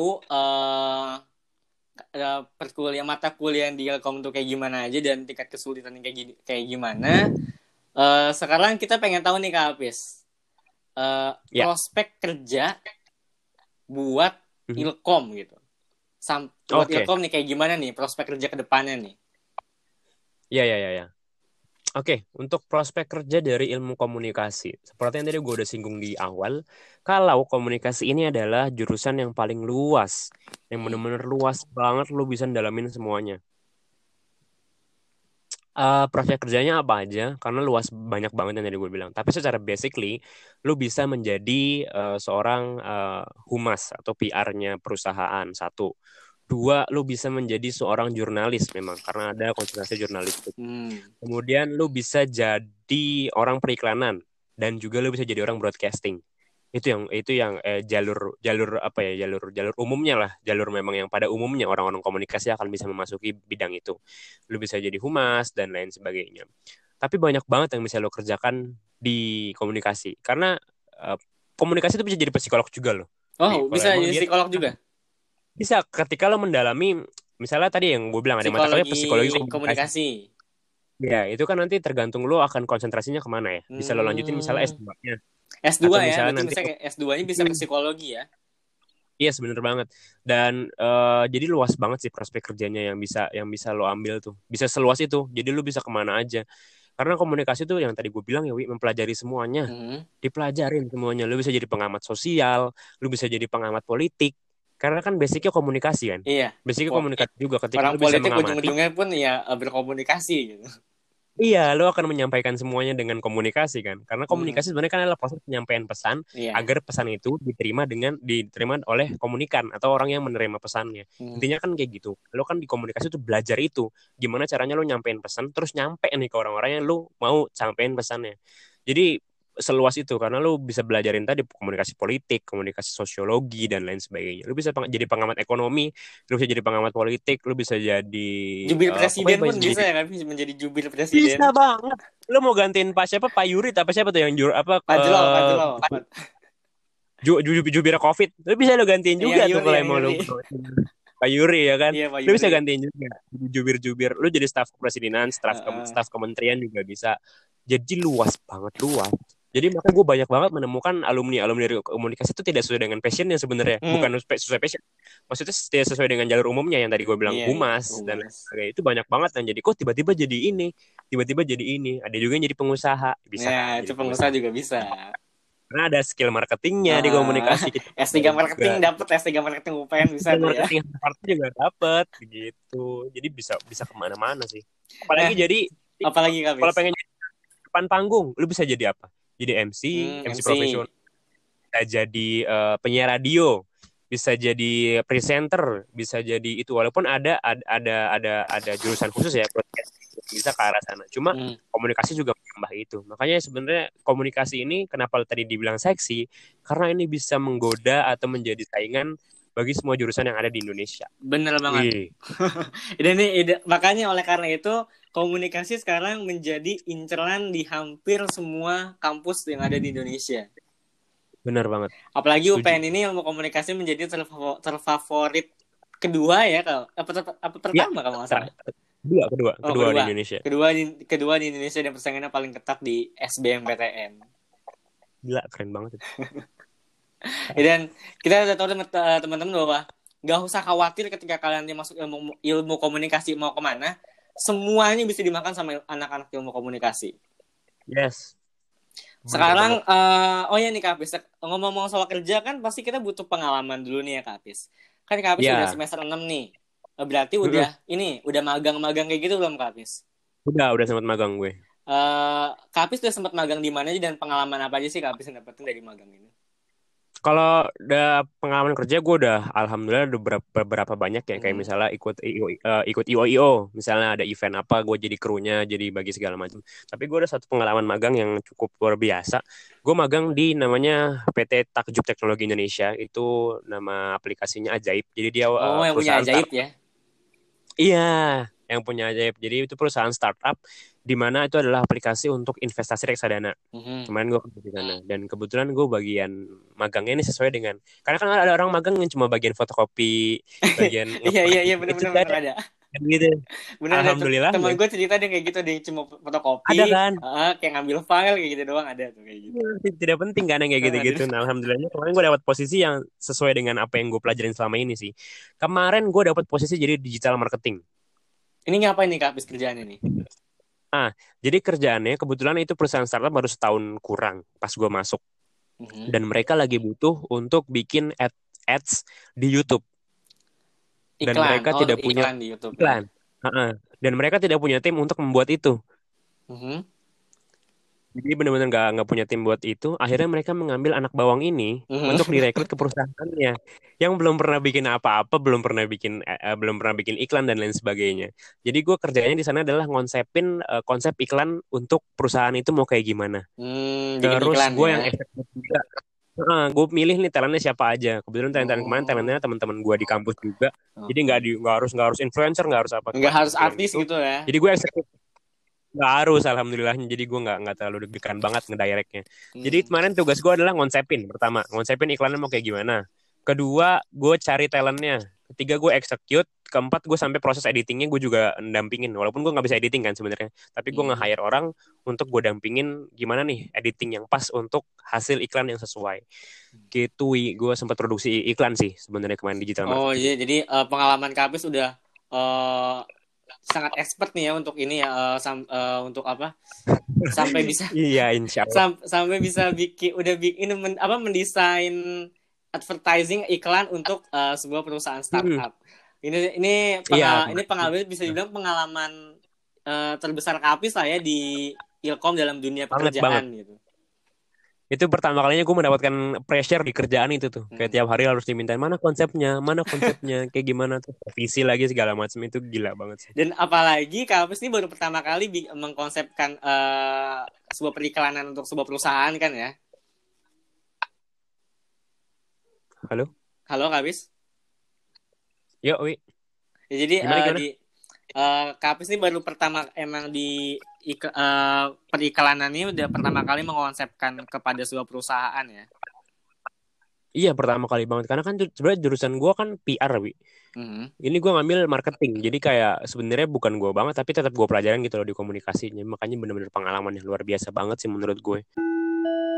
perkuliahan mata kuliah di Ilkom tuh kayak gimana aja dan tingkat kesulitan kayak gimana. Sekarang kita pengen tahu nih Kak Apis, Ya. prospek kerja buat Mhm. Ilkom gitu. Buat Oke. Ilkom nih kayak gimana nih prospek kerja ke depannya nih? Ya, ya, ya, ya. Oke, untuk prospek kerja dari ilmu komunikasi, seperti yang tadi gue udah singgung di awal, kalau komunikasi ini adalah jurusan yang paling luas, yang Hmm. benar-benar luas banget, lu bisa dalamin semuanya. Prospek kerjanya apa aja? Karena luas banyak banget yang tadi gue bilang. Tapi secara basically, lu bisa menjadi seorang humas atau PR-nya perusahaan, satu. Dua, lu bisa menjadi seorang jurnalis memang, karena ada konsentrasi jurnalistik. Hmm. Kemudian lu bisa jadi orang periklanan dan juga lu bisa jadi orang broadcasting. Itu yang jalur jalur apa ya jalur jalur umumnya lah, jalur memang yang pada umumnya orang-orang komunikasi akan bisa memasuki bidang itu. Lu bisa jadi humas dan lain sebagainya. Tapi banyak banget yang bisa lo kerjakan di komunikasi karena eh, komunikasi itu bisa jadi psikolog juga loh. Oh, Kalau bisa emang jadi dia psikolog juga? bisa ketika lo mendalami misalnya tadi yang gue bilang ada mata kuliah Psikologi psikologi komunikasi. komunikasi. Ya, itu kan nanti tergantung lo akan konsentrasinya kemana ya. Bisa lo lanjutin misalnya Hmm. S2-nya. S2 Atau ya, misalnya berarti nanti, misalnya S2-nya bisa ke psikologi ya. iya yes, bener banget. Dan jadi luas banget sih prospek kerjanya yang bisa lo ambil tuh. Bisa seluas itu. Jadi lo bisa kemana aja. Karena komunikasi tuh yang tadi gue bilang ya, Wi, mempelajari semuanya. Hmm. Dipelajarin semuanya. Lo bisa jadi pengamat sosial, lo bisa jadi pengamat politik. Karena kan basicnya komunikasi kan. Iya. Basicnya Po- komunikasi juga ketika Orang lo bisa politik mengamati. ujung-ujungnya pun ya berkomunikasi gitu. Iya, lo akan menyampaikan semuanya dengan komunikasi kan. Karena Hmm. komunikasi sebenarnya kan adalah proses penyampaian pesan Iya. agar pesan itu diterima oleh komunikan atau orang yang menerima pesannya. Hmm. Intinya kan kayak gitu. Lo kan di komunikasi itu belajar itu. Gimana caranya lo nyampein pesan terus nyampe nih ke orang-orang yang lo mau sampein pesannya. Jadi seluas itu karena lu bisa belajarin tadi komunikasi politik, komunikasi sosiologi dan lain sebagainya. Lu bisa jadi pengamat ekonomi, lu bisa jadi pengamat politik, lu bisa jadi Jubir pokoknya presiden pun bisa bisa jadi ya kan menjadi jubir presiden. bisa banget. Lu mau gantiin Pak siapa? Pak Yurit apa siapa tuh yang apa Pajelo. jubir COVID. Lu bisa lu gantiin Yang juga tuh Yuri, kalau yang emang lu Yuri. Pak Yuri ya kan. Iya Pak Lu bisa Yuri. gantiin juga jubir-jubir. Lu jadi staf kepresidenan, Heeh. staf kementerian juga bisa. Jadi luas banget luas. Jadi makanya gue banyak banget menemukan alumni dari komunikasi itu tidak sesuai dengan passionnya sebenarnya, bukan sesuai passion. Maksudnya tidak sesuai dengan jalur umumnya yang tadi gue bilang Iya, humas dan lain sebagainya. Itu banyak banget yang jadi kok tiba-tiba jadi ini. Ada juga yang jadi pengusaha, bisa Ya, kan itu jadi pengusaha pengusaha. juga bisa. Karena ada skill marketingnya di komunikasi kita S3 juga. marketing dapet, S3 marketing UPN bisa Skill tuh ya. marketing Harvard juga dapat gitu. Jadi bisa kemana-mana sih. Nah, Apalagi jadi apalagi Kak kalau Bis? pengen jadi depan panggung, lu bisa jadi apa? Jadi MC MC. profesional, bisa jadi penyiar radio, bisa jadi presenter, bisa jadi itu walaupun ada jurusan khusus ya broadcast bisa ke arah sana. Cuma komunikasi juga menambah itu. Makanya sebenarnya komunikasi ini kenapa tadi dibilang seksi? Karena ini bisa menggoda atau menjadi saingan bagi semua jurusan yang ada di Indonesia. Bener banget. Dan makanya oleh karena itu komunikasi sekarang menjadi inceran di hampir semua kampus yang ada di Indonesia. Benar banget. Apalagi UPN ini ilmu komunikasi menjadi terfavorit kedua ya kalau apa pertama kalau nggak salah. Kedua di Indonesia. Kedua di Indonesia dan persaingannya paling ketat di SBMPTN. Gila, keren banget. Dan kita udah tahu teman-teman bahwa nggak usah khawatir ketika kalian masuk ilmu komunikasi mau kemana, semuanya bisa dimakan sama anak-anak ilmu komunikasi. Yes. Sekarang, oh ya nih Kak Apis, ngomong-ngomong soal kerja kan pasti kita butuh pengalaman dulu nih ya Kak Apis. Kan Kak Apis udah semester 6 nih, berarti udah magang-magang kayak gitu belum Kak Apis? Udah sempat magang gue. Kak Apis udah sempat magang di mana aja dan pengalaman apa aja sih Kak Apis yang dapetin dari magang ini? Kalau udah pengalaman kerja gue udah alhamdulillah udah beberapa banyak ya kayak misalnya ikut IO, misalnya ada event apa gue jadi krunya jadi bagi segala macam. Tapi gue ada satu pengalaman magang yang cukup luar biasa. Gue magang di namanya PT Takjub Teknologi Indonesia, itu nama aplikasinya Ajaib. Jadi dia yang punya Ajaib ya? Iya, yang punya Ajaib. Jadi itu perusahaan startup di mana itu adalah aplikasi untuk investasi reksadana. Kemarin gue kerja di sana dan kebetulan gue bagian magangnya ini sesuai dengan karena kan ada orang magang yang cuma bagian fotokopi, bagian iya benar ada. Gitu. Bener, alhamdulillah. Temen gue cerita dia kayak gitu, dia cuma fotokopi. Ada kan? Kayak ngambil file kayak gitu doang ada tuh kayak gitu. Tidak penting kan yang kayak gitu-gitu. Nah, alhamdulillahnya kemarin gue dapat posisi yang sesuai dengan apa yang gue pelajarin selama ini sih. Kemarin gue dapat posisi jadi digital marketing. Ini ngapain nih Kak Apis kerjaannya nih? Jadi kerjaannya kebetulan itu perusahaan startup baru setahun kurang pas gue masuk. Dan mereka lagi butuh untuk bikin ads di YouTube. Dan mereka tidak punya iklan. Dan mereka tidak punya tim untuk membuat itu. Jadi benar-benar nggak punya tim buat itu. Akhirnya mereka mengambil anak bawang ini untuk direkrut ke perusahaannya, yang belum pernah bikin apa-apa, belum pernah bikin iklan dan lain sebagainya. Jadi gue kerjanya di sana adalah ngonsepin konsep iklan untuk perusahaan itu mau kayak gimana. Terus gue yang eksekutif juga. Gue milih nih talentnya siapa aja. Kebetulan talent kemarin teman-teman gue di kampus juga. Jadi nggak harus influencer, nggak harus apa. Nggak harus artis gitu ya. Jadi gue eksekutif. Nggak harus alhamdulillahnya, jadi gue nggak terlalu deg-degan banget ngedirectnya. Jadi kemarin tugas gue adalah ngonsepin iklannya mau kayak gimana. Kedua gue cari talentnya. Ketiga gue execute. Keempat gue sampai proses editingnya gue juga dampingin, walaupun gue nggak bisa editing kan sebenarnya, tapi gue nge-hire orang untuk gue dampingin gimana nih editing yang pas untuk hasil iklan yang sesuai. Gitu, gue sempat produksi iklan sih sebenarnya kemarin digital marketing. Oh iya, jadi pengalaman Kak Apis udah sangat expert nih ya untuk ini ya, untuk apa sampai bisa iya insyaallah sampai bisa bikin mendesain advertising iklan untuk sebuah perusahaan startup. Ini pengalaman bisa dibilang pengalaman terbesar Kak Apis lah ya di Ilkom dalam dunia pekerjaan gitu. Itu pertama kalinya gue mendapatkan pressure di kerjaan itu tuh. Kayak tiap hari harus dimintain mana konsepnya, kayak gimana tuh. Visi lagi segala macam, itu gila banget sih. Dan apalagi Kak Apis ini baru pertama kali mengkonsepkan sebuah periklanan untuk sebuah perusahaan kan ya. Halo Kak Apis. Yo, Wi. Ya, jadi Kak Apis ini baru pertama emang di periklanan ini udah pertama kali mengkonsepkan kepada sebuah perusahaan ya. Iya, pertama kali banget. Karena kan sebenarnya jurusan gue kan PR, Wi. Ini gue ngambil marketing. Jadi kayak sebenarnya bukan gue banget, tapi tetap gue pelajaran gitu loh di komunikasinya. Makanya benar-benar pengalaman yang luar biasa banget sih menurut gue.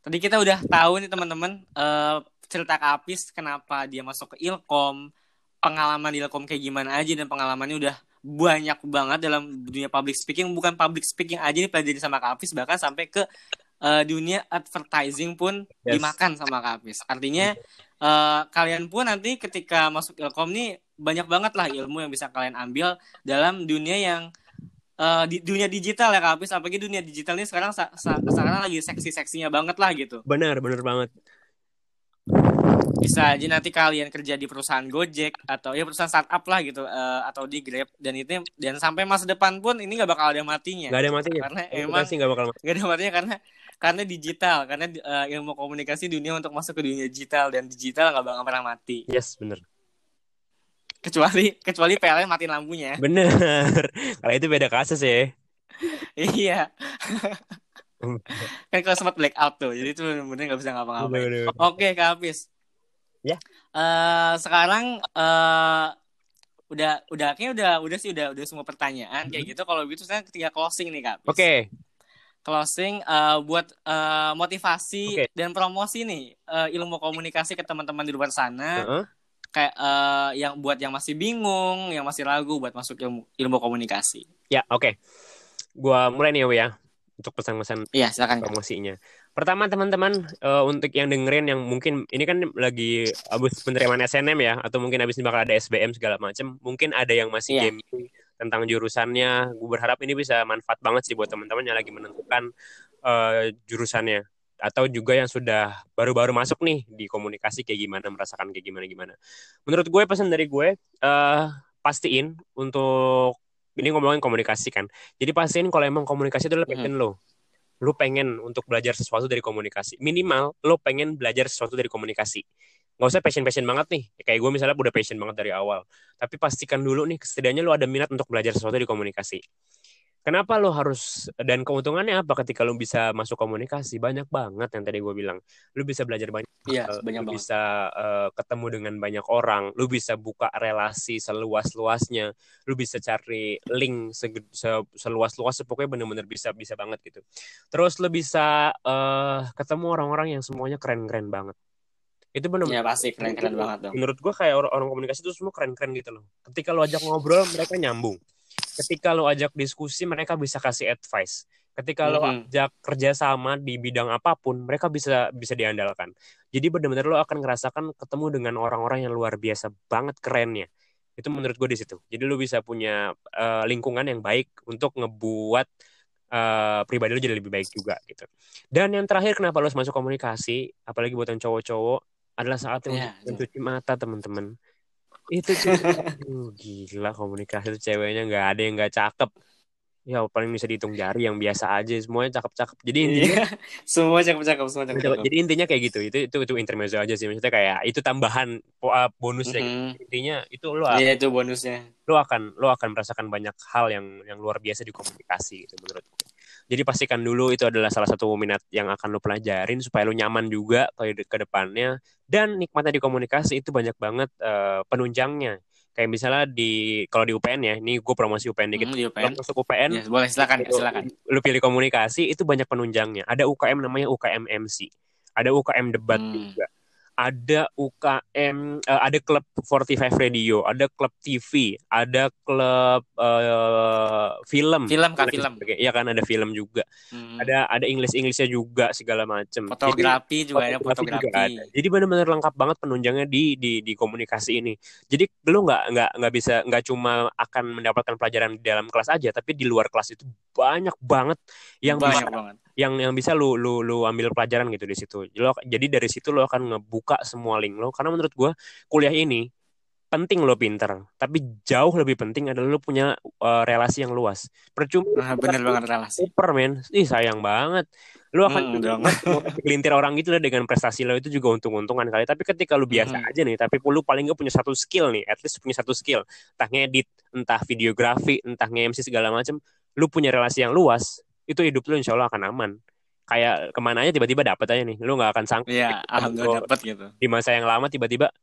Tadi kita udah tahu nih teman-teman, cerita Kak Apis kenapa dia masuk ke Ilkom, pengalaman di Ilkom kayak gimana aja, dan pengalamannya udah banyak banget dalam dunia public speaking. Bukan public speaking aja nih pelajari sama Kak Apis, bahkan sampai ke dunia advertising pun Yes. dimakan sama Kak Apis. Artinya kalian pun nanti ketika masuk Ilkom nih banyak banget lah ilmu yang bisa kalian ambil dalam dunia yang di dunia digital ya Kak Apis. Apalagi dunia digital ini sekarang sekarang lagi seksi-seksinya banget lah gitu. Benar banget. Bisa aja nanti kalian kerja di perusahaan Gojek atau ya perusahaan startup lah gitu, atau di Grab, dan sampai masa depan pun ini nggak bakal ada matinya, Nggak ada matinya. karena emang Komunikasi nggak bakal mati. nggak ada matinya, karena digital, karena ilmu komunikasi dunia untuk masuk ke dunia digital, dan digital nggak bakal pernah mati, Yes, bener. kecuali PLN matiin lampunya. Bener. Kalau itu beda kasus ya. Iya, kan kalau sempat blackout tuh, jadi itu bener-bener nggak bisa ngapa-ngapain. Bener. Oke Kak Hafiz, Ya. Sekarang udah semua pertanyaan kayak gitu. Kalau gitu saya ketika closing nih Kak Hafiz. Oke. Closing buat motivasi Oke. dan promosi nih ilmu komunikasi ke teman-teman di luar sana. Heeh. Kayak yang masih bingung, yang masih ragu buat masuk ilmu komunikasi. Ya, oke. Gua mulai nih ya untuk pesan-pesan Iya, silakan Kak. promosinya. Pertama teman-teman, untuk yang dengerin yang mungkin ini kan lagi abis penerimaan SNM ya, atau mungkin abis ini bakal ada SBM segala macam, mungkin ada yang masih Iya. gaming tentang jurusannya. Gue berharap ini bisa manfaat banget sih buat teman-teman yang lagi menentukan jurusannya, atau juga yang sudah baru-baru masuk nih di komunikasi kayak gimana, merasakan kayak gimana. Menurut gue pesan dari gue, pastiin untuk ini ngomongin komunikasi kan. Jadi pastiin kalau emang komunikasi itu passion lu pengen untuk belajar sesuatu dari komunikasi. Minimal lu pengen belajar sesuatu dari komunikasi. Nggak usah passion banget nih. Kayak gue misalnya udah passion banget dari awal. Tapi pastikan dulu nih, setidaknya lu ada minat untuk belajar sesuatu di komunikasi. Kenapa lo harus, dan keuntungannya apa ketika lo bisa masuk komunikasi? Banyak banget yang tadi gue bilang. Lo bisa belajar banyak. Iya, banyak lo banget. bisa ketemu dengan banyak orang. Lo bisa buka relasi seluas-luasnya. Lo bisa cari link seluas-luasnya. Pokoknya bener-bener bisa banget gitu. Terus lo bisa ketemu orang-orang yang semuanya keren-keren banget. Itu bener-bener. Ya pasti keren-keren banget dong. Menurut gue kayak orang komunikasi itu semua keren-keren gitu loh. Ketika lo ajak ngobrol, mereka nyambung. Ketika lo ajak diskusi, mereka bisa kasih advice. Ketika lo ajak kerjasama di bidang apapun, mereka bisa diandalkan. Jadi benar-benar lo akan ngerasakan ketemu dengan orang-orang yang luar biasa banget kerennya. Itu menurut gue di situ. Jadi lo bisa punya lingkungan yang baik untuk ngebuat pribadi lo jadi lebih baik juga gitu. Dan yang terakhir, kenapa lo harus masuk komunikasi, apalagi buat yang cowok-cowok, adalah saatnya untuk mencuci mata, teman-teman. Itu gila, komunikasi itu ceweknya nggak ada yang nggak cakep. Ya paling bisa dihitung jari, yang biasa aja, semuanya cakep-cakep. Jadi intinya semua cakep-cakep. Jadi intinya kayak gitu. Itu intermezzo aja sih. Maksudnya kayak itu tambahan bonusnya gitu. Intinya itu itu bonusnya. Lo akan merasakan banyak hal yang luar biasa di komunikasi gitu menurut gue. Jadi pastikan dulu itu adalah salah satu minat yang akan lo pelajarin supaya lo nyaman juga ke depannya. Dan nikmatnya di komunikasi itu banyak banget penunjangnya. Kayak misalnya kalau di UPN ya, ini gue promosi UPN dikit. Kalau masuk UPN, ya, boleh silakan. Lu pilih komunikasi, itu banyak penunjangnya. Ada UKM namanya UKM MC, ada UKM debat juga, ada UKM, ada klub 45 Radio, ada klub TV, ada klub film. Iya kan, ada film juga. Ada Englishnya juga segala macam. Fotografi juga ada. Jadi benar-benar lengkap banget penunjangnya di komunikasi ini. Jadi lu nggak cuma akan mendapatkan pelajaran di dalam kelas aja, tapi di luar kelas itu banyak banget yang bisa lu ambil pelajaran gitu di situ. Jadi dari situ lo akan ngebuka semua link lo. Karena menurut gue kuliah ini penting lo pinter, tapi jauh lebih penting adalah lo punya relasi yang luas. Percuma bener banget relasi. Super men, sayang banget. Lo akan gelintir orang gitu lah dengan prestasi lo, itu juga untung-untungan kali. Tapi ketika lo biasa aja nih, tapi lo paling gak punya satu skill nih, at least punya satu skill, entah ngedit, entah videografi, entah nge-MC segala macam, lo punya relasi yang luas, itu hidup lo insya Allah akan aman. Kayak kemana aja tiba-tiba dapet aja nih, lo nggak akan sangka. Iya, alhamdulillah dapet gitu. Di masa yang lama tiba-tiba,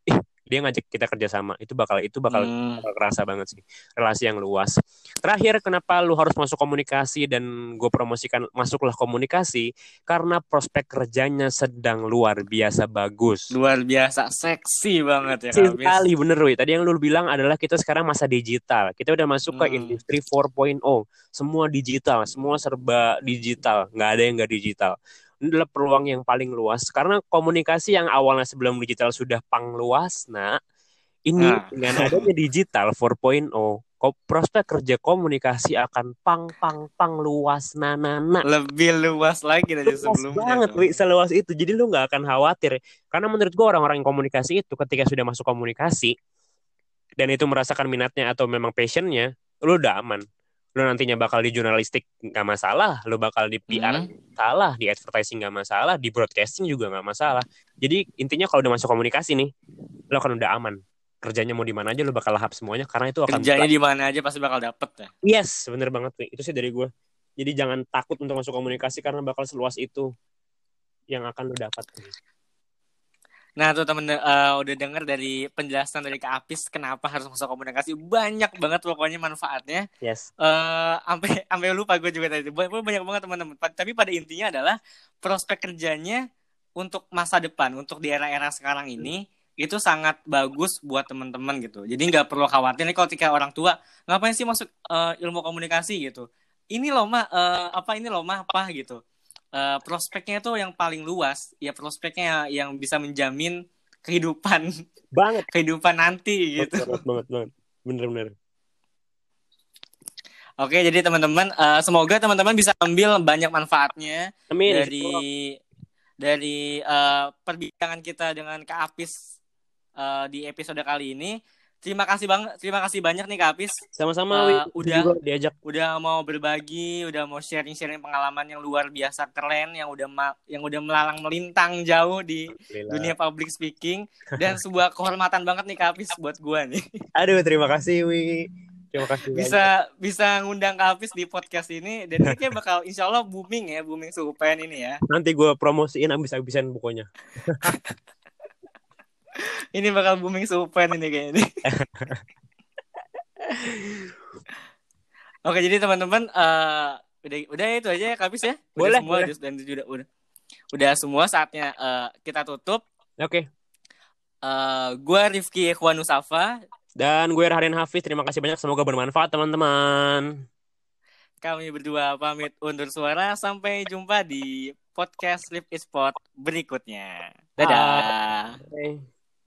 dia ngajak kita kerjasama, itu bakal kerasa banget sih, relasi yang luas. Terakhir, kenapa lu harus masuk komunikasi dan gue promosikan masuklah komunikasi, karena prospek kerjanya sedang luar biasa bagus. Luar biasa seksi banget ya Seksi Kak Hafiz. sekali, bener Wi. Tadi yang lu bilang adalah kita sekarang masa digital, kita udah masuk ke industri 4.0, semua digital, semua serba digital, nggak ada yang nggak digital. Ini adalah peluang yang paling luas, karena komunikasi yang awalnya sebelum digital sudah pang luas, ini dengan adanya digital 4.0, prospek kerja komunikasi akan pang luas lebih luas lagi dari luas sebelumnya banget Wi, seluas itu. Jadi lu nggak akan khawatir, karena menurut gua orang-orang yang komunikasi itu ketika sudah masuk komunikasi dan itu merasakan minatnya atau memang passionnya, lu udah aman. Lu nantinya bakal di jurnalistik nggak masalah, lu bakal di PR salah, di advertising nggak masalah, di broadcasting juga nggak masalah. Jadi intinya kalau udah masuk komunikasi nih, lu akan udah aman. Kerjanya mau di mana aja lu bakal lahap semuanya, karena itu akan kerjanya di mana aja pasti bakal dapet ya. Yes, bener banget Wi. Itu sih dari gue. Jadi jangan takut untuk masuk komunikasi, karena bakal seluas itu yang akan lu dapat. Nah tuh temen udah denger dari penjelasan dari Kak Apis kenapa harus masuk komunikasi, banyak banget pokoknya manfaatnya. Yes. Sampai lupa gue juga tadi. Banyak banget teman-teman. Tapi pada intinya adalah prospek kerjanya untuk masa depan, untuk di era-era sekarang ini itu sangat bagus buat teman-teman gitu. Jadi nggak perlu khawatir nih kalau ketika orang tua ngapain sih masuk ilmu komunikasi gitu. Ini loh mah ini loh mah apa gitu. Prospeknya itu yang paling luas, ya prospeknya yang bisa menjamin kehidupan banget kehidupan nanti gitu. Banget. Bener. Oke, jadi teman-teman, semoga teman-teman bisa ambil banyak manfaatnya. Amin. dari perbincangan kita dengan Kak Apis di episode kali ini. Terima kasih banyak nih Kak Apis. Sama-sama udah mau berbagi, udah mau sharing pengalaman yang luar biasa keren, yang udah melalang melintang jauh di dunia public speaking, dan sebuah kehormatan banget nih Kak Apis buat gua nih. Aduh, terima kasih Wi. Terima kasih bisa ngundang Kak Apis di podcast ini, dan ini kayak bakal insya Allah booming Supen ini ya. Nanti gue promosiin abis-abisan pokoknya. Ini bakal booming Supen ini kayaknya. Oke, jadi teman-teman udah itu aja ya Kak Apis ya. Boleh. Dan udah semua, saatnya kita tutup. Oke. Gue Rifki Ikhwanusafa. Dan gue Raden Hafiz. Terima kasih banyak. Semoga bermanfaat teman-teman. Kami berdua pamit undur suara. Sampai jumpa di podcast Live Spot berikutnya. Dadah.